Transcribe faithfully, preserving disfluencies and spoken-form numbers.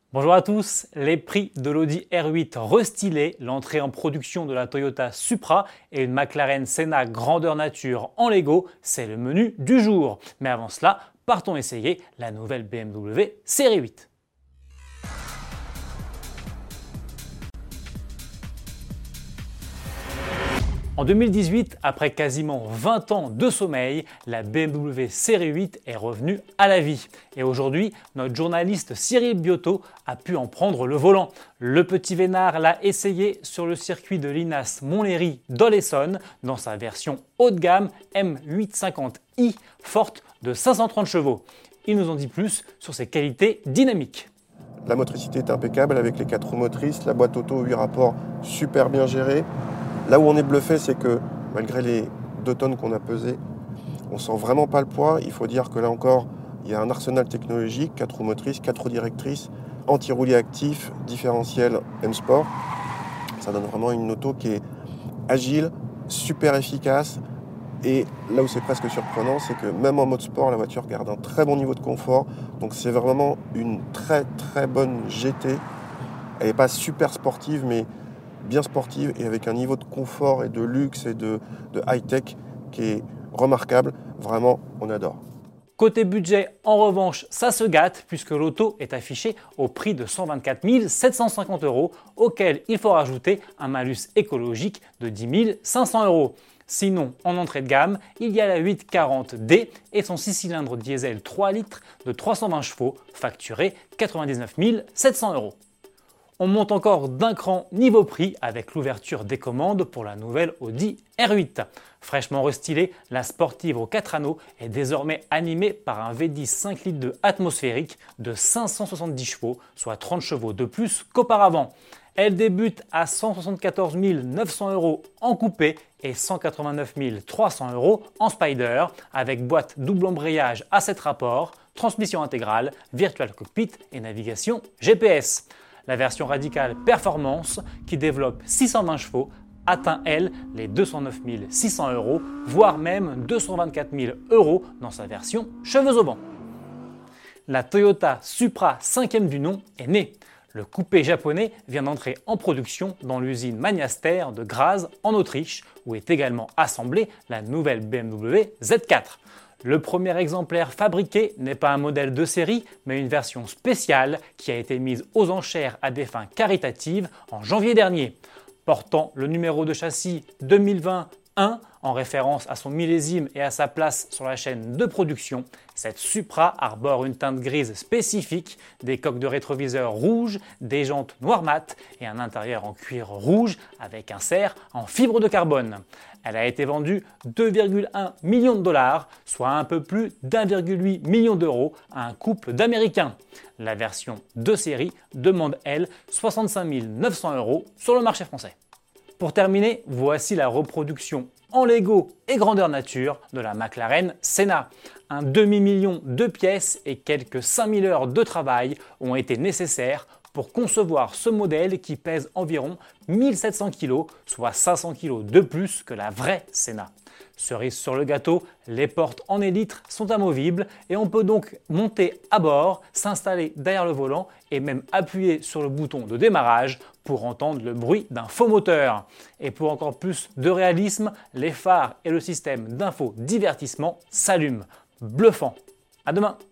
Bonjour à tous, les prix de l'Audi R huit restylé, l'entrée en production de la Toyota Supra et une McLaren Senna grandeur nature en Lego, c'est le menu du jour. Mais avant cela, partons essayer la nouvelle B M W Série huit. En deux mille dix-huit, après quasiment vingt ans de sommeil, la B M W Série huit est revenue à la vie. Et aujourd'hui, notre journaliste Cyril Biotto a pu en prendre le volant. Le petit vénard l'a essayé sur le circuit de l'I N A S Montlhéry dans l'Essonne dans sa version haut de gamme M huit cent cinquante i forte de cinq cent trente chevaux. Il nous en dit plus sur ses qualités dynamiques. La motricité est impeccable avec les quatre roues motrices, la boîte auto huit rapports super bien gérée. Là où on est bluffé, c'est que malgré les deux tonnes qu'on a pesées, on ne sent vraiment pas le poids. Il faut dire que là encore, il y a un arsenal technologique, quatre roues motrices, quatre roues directrices, anti-roulis actif, différentiel M-Sport. Ça donne vraiment une auto qui est agile, super efficace. Et là où c'est presque surprenant, c'est que même en mode sport, la voiture garde un très bon niveau de confort. Donc c'est vraiment une très très bonne G T. Elle n'est pas super sportive, mais bien sportive et avec un niveau de confort et de luxe et de, de high-tech qui est remarquable. Vraiment, on adore. Côté budget, en revanche, ça se gâte puisque l'auto est affichée au prix de cent vingt-quatre mille sept cent cinquante euros, auquel il faut rajouter un malus écologique de dix mille cinq cents euros. Sinon, en entrée de gamme, il y a la huit quarante D et son six cylindres diesel trois litres de trois cent vingt chevaux, facturé quatre-vingt-dix-neuf mille sept cents euros. On monte encore d'un cran niveau prix avec l'ouverture des commandes pour la nouvelle Audi R huit. Fraîchement restylée, la sportive aux quatre anneaux est désormais animée par un V dix cinq litres de atmosphérique de cinq cent soixante-dix chevaux, soit trente chevaux de plus qu'auparavant. Elle débute à cent soixante-quatorze mille neuf cents euros en coupé et cent quatre-vingt-neuf mille trois cents euros en Spider, avec boîte double embrayage à sept rapports, transmission intégrale, virtual cockpit et navigation G P S. La version radicale Performance, qui développe six cent vingt chevaux, atteint elle les deux cent neuf mille six cents euros, voire même deux cent vingt-quatre mille euros dans sa version cheveux au vent. La Toyota Supra cinquième du nom est née. Le coupé japonais vient d'entrer en production dans l'usine Magnaster de Graz en Autriche, où est également assemblée la nouvelle B M W Z quatre. Le premier exemplaire fabriqué n'est pas un modèle de série, mais une version spéciale qui a été mise aux enchères à des fins caritatives en janvier dernier. Portant le numéro de châssis deux mille vingt un, en référence à son millésime et à sa place sur la chaîne de production, cette Supra arbore une teinte grise spécifique, des coques de rétroviseur rouges, des jantes noir mat et un intérieur en cuir rouge avec un serre en fibre de carbone. Elle a été vendue deux virgule un millions de dollars, soit un peu plus d'un virgule huit million d'euros à un couple d'Américains. La version de série demande, elle, soixante-cinq mille neuf cents euros sur le marché français. Pour terminer, voici la reproduction en Lego et grandeur nature de la McLaren Senna. Un demi-million de pièces et quelques cinq mille heures de travail ont été nécessaires pour concevoir ce modèle qui pèse environ mille sept cents kilos, soit cinq cents kilos de plus que la vraie Senna. Cerise sur le gâteau, les portes en élytre sont amovibles et on peut donc monter à bord, s'installer derrière le volant et même appuyer sur le bouton de démarrage pour entendre le bruit d'un faux moteur. Et pour encore plus de réalisme, les phares et le système d'infodivertissement s'allument. Bluffant. À demain.